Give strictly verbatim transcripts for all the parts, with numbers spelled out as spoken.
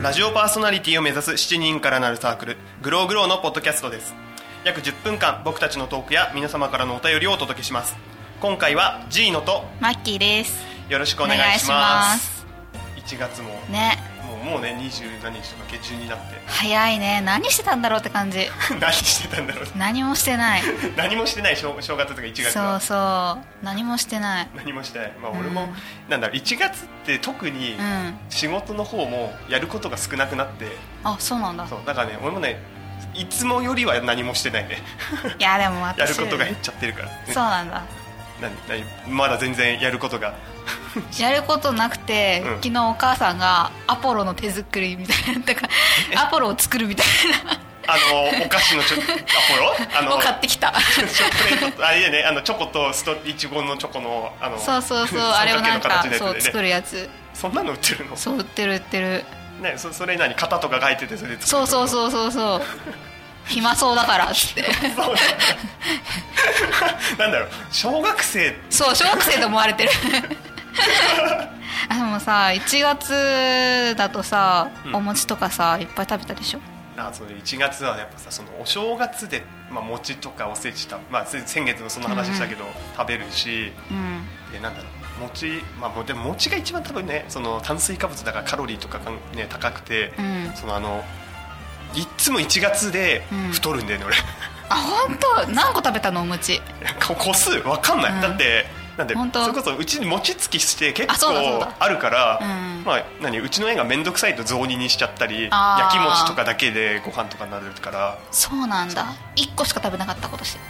ラジオパーソナリティを目指すしちにんからなるサークルグローグローのポッドキャストです。約じゅっぷんかん僕たちのトークや皆様からのお便りをお届けします。今回はジーノとマッキーです。 よろしくお願いします。いちがつもね、 もう、もうねにじゅうなんにちとか下旬になって早いね。何してたんだろうって感じ何してたんだろう何もしてない何もしてない 正, 正月とかいちがつはそうそう何もしてない何もしてない、まあ、俺も、うん、なんだろういちがつって特に仕事の方もやることが少なくなって、うん、 あ、そうなんだ。 そうだからね、俺もねいつもよりは何もしてないねいやでも私やることが減っちゃってるから、ね、 そうなんだ。 何何まだ全然やることがやることなくて、うん、昨日お母さんがアポロの手作りみたいなだからアポロを作るみたいなあのお菓子のチョアポロあのを買ってきたチョコレートあれだね、あのチョコとストイチゴのチョコのあのそうそうそうあれをなんか、ね、そう作るやつ。 そんなの売ってるの？ そう売ってる売ってるね。そ, それ何型とか書いててそれで作るの？ そうそうそうそうそう暇そうだからっつってそうなんだろう小学生そう小学生と思われてるあでもさいちがつだとさ、うん、お餅とかさいっぱい食べたでしょ。 あそういちがつはやっぱさそのお正月で、まあ、餅とかおせちた、まあ、先月もその話したけど、うん、食べるし、うん、でなんだろう餅、まあ、でも餅が一番多分ねその炭水化物だからカロリーとかが、ね、高くて、うん、そのあのいっつもいちがつで太るんだよね、うん、俺あ本当何個食べたのお餅個数分かんない、うん、だってなんでそれこそうちに餅つきして結構あるから、うんまあ、何うちの園が面倒くさいと雑煮にしちゃったり焼き餅とかだけでご飯とかになるから。そうなんだ。 いっこしか食べなかった今年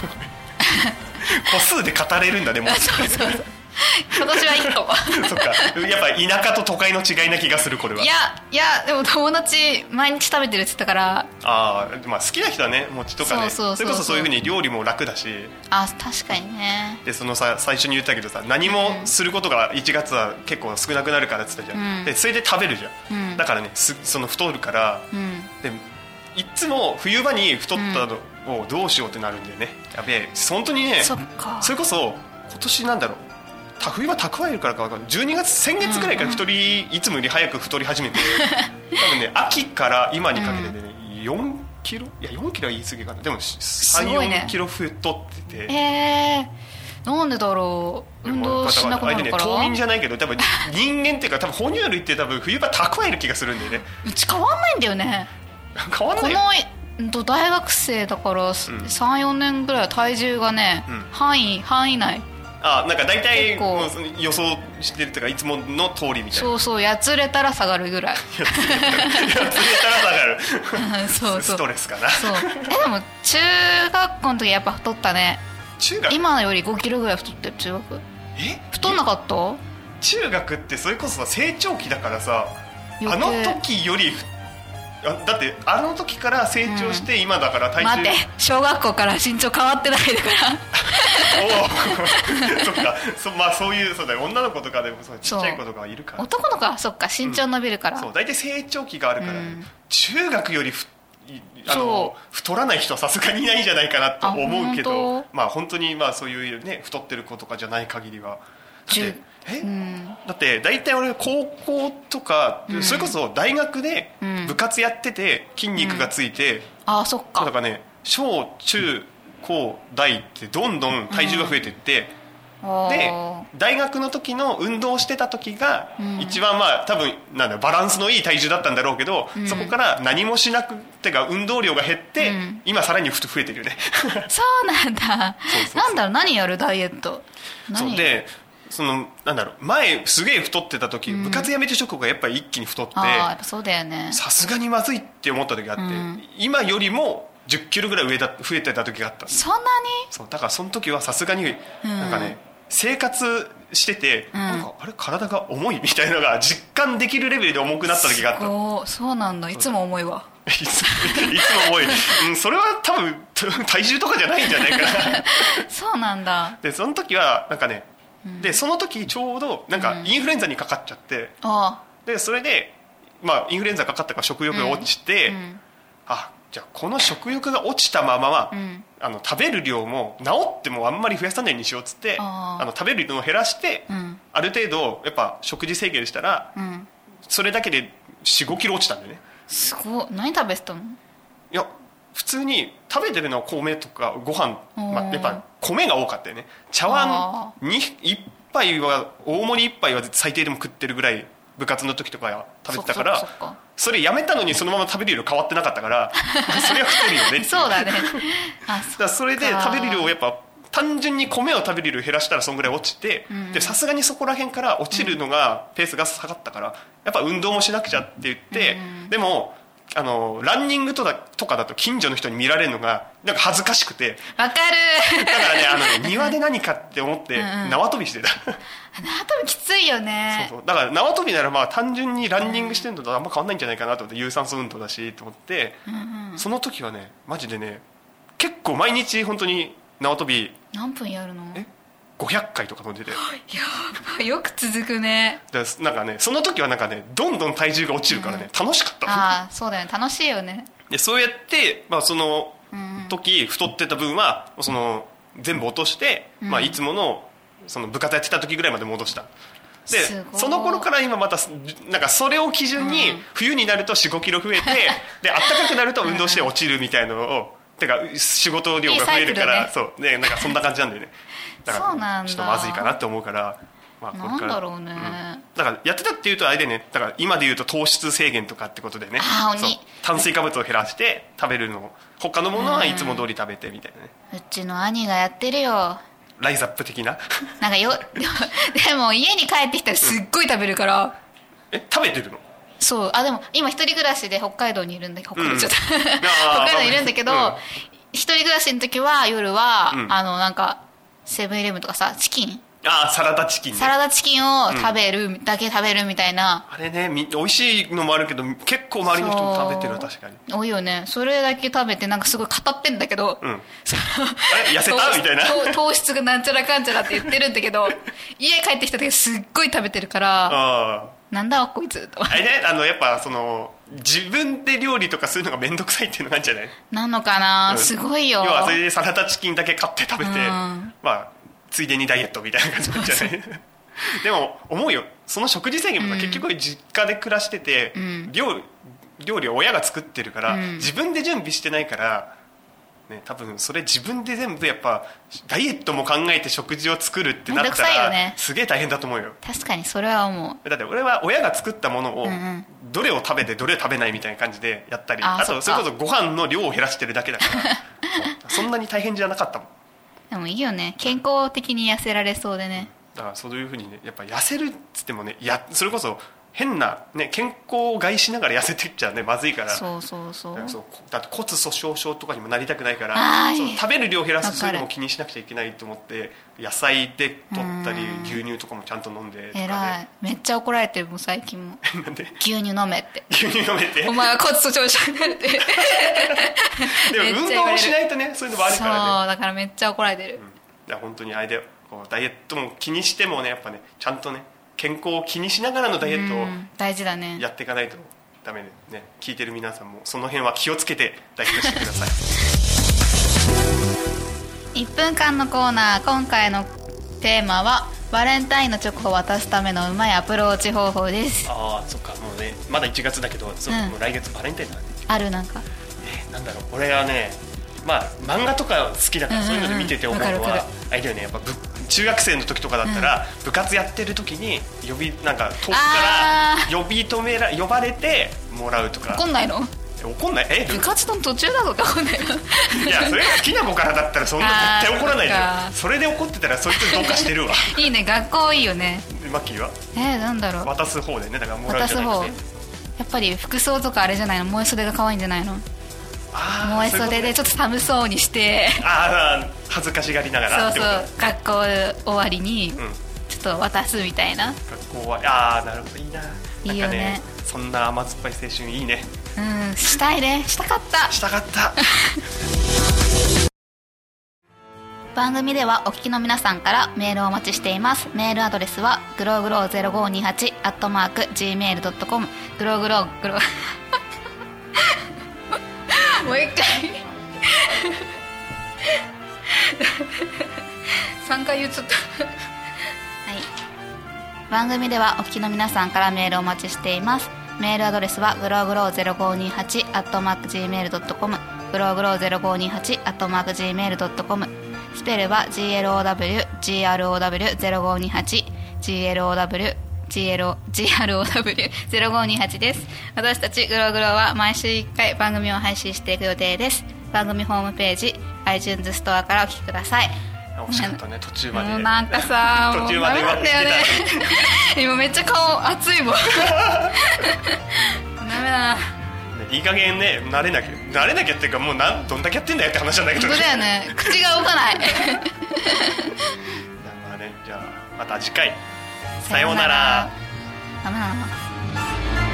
個数で語れるんだねもうそうそうそう今年はいっこそっかやっぱ田舎と都会の違いな気がするこれは。 いやいやでも友達毎日食べてるって言ったから。 あ、まあ好きな人はね餅とかねそうそうそうそうそれこそそういう風に料理も楽だし。 あ確かにね。 でそのさ最初に言ったけどさ何もすることがいちがつは結構少なくなるからって言ったじゃん、うん、でそれで食べるじゃん、うん、だからねその太るから、うん、でいつも冬場に太ったのをどうしようってなるんだよね。やべえ本当にね。 そっか。 それこそ今年なんだろう冬は蓄えるからか分かんないじゅうにがつ先月ぐらいから太り、うんうん、いつもより早く太り始めて多分ね秋から今にかけてね、うん、よんキロいやよんキロは言い過ぎかなでもさん、よんキロ太ってて。 えー、なんでだろう運動しなくなるから。 冬眠じゃないけど多分人間っていうか多分哺乳類って多分冬場蓄える気がするんだよね。 うち変わんないんだよね。 変わんないよ。 この大学生だから、うん、さん、よねんぐらいは体重がね、うん、範囲範囲内。 あなんか大体もう予想してるというかいつもの通りみたいな。 そうそうやつれたら下がるぐらいやつれたら下がるそうそうストレスかな。 そうえでも中学校の時やっぱ太ったね。 中学今よりごキロぐらい太ってる。中学え太んなかった？ 中学ってそれこそ成長期だからさあの時よりだってあの時から成長して今だから体重、うん、待って小学校から身長変わってないだからおそっか そ,、まあ、そういうそうだよ女の子とかでもそうちっちゃい子とかはいるから。 男の子はそっか身長伸びるから、 うん、そう大体成長期があるから、ねうん、中学よりふあの太らない人はさすがにいないんじゃないかなと思うけどまあ本当にまあそういうね太ってる子とかじゃない限りはだってえ、うん、だって大体俺高校とか、うん、それこそ大学で部活やってて筋肉がついて、うん、 あそっかだからね小中高大ってどんどん体重が増えていって、うん、で大学の時の運動してた時が一番まあ多分なんだバランスのいい体重だったんだろうけど、うん、そこから何もしなくてか運動量が減って、うん、今さらに増えてるよねそうなんだ。そうそうそうなんだろう何やるダイエットそうでそのなんだろう前すげえ太ってた時、うん、部活やめて直後がやっぱり一気に太ってそうだよねさすがにまずいって思った時があって、うん、今よりもじゅっキロぐらい上だ増えてた時があった。 そんなにそうだからその時はさすがになんかね、うん、生活してて、うん、なんかあれ体が重いみたいなのが実感できるレベルで重くなった時があった。 そうそうなんだいつも重いわいつ, いつも重い、うん、それは多分体重とかじゃないんじゃないかなそうなんだ。 でその時はなんかねでその時ちょうどなんかインフルエンザにかかっちゃって、うん、でそれで、まあ、インフルエンザかかったから食欲が落ちて、うんうん、あじゃあこの食欲が落ちたままは、うん、あの食べる量も治ってもあんまり増やさないようにしようっつってあの食べる量を減らして、うん、ある程度やっぱ食事制限したら、うん、それだけでよんごキロ落ちたんでね。 すごい。何食べてたの？ いや普通に食べてるのは米とかご飯、まあ、やっぱ米が多かったよね。茶碗にいっぱいは大盛りいっぱいは最低でも食ってるぐらい部活の時とか食べてたから、 そ, そ, そ, それやめたのにそのまま食べる量変わってなかったからそれは太るよねってそうだね。あ、そ, だそれで食べる量をやっぱ単純に米を食べる量減らしたらそんぐらい落ちて、さすがにそこら辺から落ちるのがペースが下がったから、やっぱ運動もしなくちゃって言って、うん、でもあのランニングとかとかだと近所の人に見られるのがなんか恥ずかしくて、 わかる。 だからね、あのね庭で何かって思って縄跳びしてた。 縄跳びきついよね。 そうそう、だから縄跳びならまあ単純にランニングしてるのとあんま変わんないんじゃないかなと思って、有酸素運動だしと思って、うんうん、その時はねマジでね結構毎日本当に縄跳び何分やるの？ えごひゃっかいとか飛んでて、いやよく続くね。 だなんかねその時はなんかねどんどん体重が落ちるからね、うん、楽しかった。 ああそうだよね、楽しいよね。でそうやって、まあ、その時太ってた分はその全部落として、うん、まあ、いつものその部活やってた時ぐらいまで戻した。でその頃から今またなんかそれを基準に冬になると よんごキロ増えて、で暖かくなると運動して落ちるみたいなのを、てか仕事量が増えるから、いいね、そうでなんかそんな感じなんだよね。だからちょっとまずいかなって思うから、まあ、これからなんだろうね、うん、 だからやってたっていうとあれでね、だから今でいうと糖質制限とかってことでね、 そう炭水化物を減らして食べるの、他のものはいつも通り食べてみたいなね、 うん、うちの兄がやってるよ、 ライザップ的ななんかよでも家に帰ってきたらすっごい食べるから、うん、 え食べてるの？ そう、あでも今一人暮らしで北海道にいるんだけど、北海道ちょっと、うん、北海道にいるんだけど、うん、一人暮らしの時は夜は、うん、あのなんかセブンイレブンとかさチキン、 あサラダチキン、ね、 サラダチキンを食べる、うん、だけ食べるみたいな、 あれね美味しいのもあるけど結構周りの人も食べてる。確かに多いよね。それだけ食べてなんかすごい語ってんだけど、うん、あれ痩せたみたいな糖質がなんちゃらかんちゃらって言ってるんだけど家帰ってきた時すっごい食べてるから、あなんだこいつと。 あれね、あのやっぱその自分で料理とかするのが面倒くさいっていうのなんじゃない？ なのかな、うん、すごいよ。 要はそれでサラダチキンだけ買って食べて、うん、まあついでにダイエットみたいな感じなんじゃないでも思うよ、その食事制限も結局実家で暮らしてて、うん、料, 料理を親が作ってるから、うん、自分で準備してないからね、多分それ自分で全部やっぱダイエットも考えて食事を作るってなったら、ね、すげえ大変だと思うよ。 確かにそれは思う。 だって俺は親が作ったものをどれを食べてどれを食べないみたいな感じでやったり、うんうん、あとそれこそご飯の量を減らしてるだけだからそ, そんなに大変じゃなかったもん。 でもいいよね、健康的に痩せられそうでね。 だからそういうふうにね、やっぱ痩せるっつってもね、やそれこそ変な、ね、健康を害しながら痩せてっちゃねまずいから。 そうそうそう。 そうだって骨粗鬆症とかにもなりたくないから、そう食べる量を減らすそういうのも気にしなくちゃいけないと思って野菜で取ったり牛乳とかもちゃんと飲んでとかで。 偉い、めっちゃ怒られてるもん最近もなんで牛乳飲めって牛乳飲めってお前は骨粗鬆症になるってでも運動もしないとねそういうのもあるからね。 そうだからめっちゃ怒られてる、うん、 だから本当にあれだよ、こうダイエットも気にしてもねやっぱねちゃんとね健康を気にしながらのダイエットを大事だね、 やっていかないとダメでね。聞いてる皆さんもその辺は気をつけてダイエットしてくださいいっぷんかんのコーナー、今回のテーマはバレンタインのチョコを渡すためのうまいアプローチ方法です。 ああそっか、もうねまだいちがつだけど、そう、うん、もう来月バレンタインだね。 あるなんか、 えー、なんだろう、俺はねまあ漫画とか好きだから、そういうので見てて思うのは、うんうんうん、あれだよね、やっぱ中学生の時とかだったら、うん、部活やってる時に呼びなんか遠くから呼び止めら呼ばれてもらうとか。 怒んないの？ 怒んない？え部活の途中だぞって怒んないの？ いやそれが好きな子からだったらそんな絶対怒らないじゃん。それで怒ってたらそいつどうかしてるわいいね、学校いいよね。 マッキーはえー、なんだろう、 渡す方でね、だからもらうじゃなくて、 やっぱり服装とかあれじゃないの、萌え袖が可愛いんじゃないの？萌え袖でちょっと寒そうにして、 ああ恥ずかしがりながら、 そうそう、学校終わりにちょっと渡すみたいな、うん、 学校終わり、ああなるほど、いいな。 いいよね、 なんかね、そんな甘酸っぱい青春いいね。 うん、したいね、したかったしたかった番組ではお聞きの皆さんからメールをお待ちしています。メールアドレスはグログロゼロごにはちアットマーク ジーメールドットコム、 グログログロもう一回さんかい言っちゃったはい、番組ではお聞きの皆さんからメールをお待ちしています。 メールアドレスはグローグローゼロごにはちアットマークジーメールドットコム、グローグローゼロごにはちアットマークジーメールドットコム、スペルは ジーエルオーダブリュージーアールオーダブリューゼロごにはち ジーエルオーダブリュージーアールオーダブリューゼロごにはち です。私たちグローグローは毎週いっかい番組を配信していく予定です。番組ホームページ iTunes ストアからお聞きください。 惜しかったね、途中まで。 もうなんかさ途中までもうダメなんだよね今めっちゃ顔熱いもんダメだな、 いい加減ね、慣れなきゃ慣れなきゃっていうか、もうなんどんだけやってんだよって話なんだけど。 本当だよね、口が動かないまあね、じゃあまた次回さようなら。 ダメだな。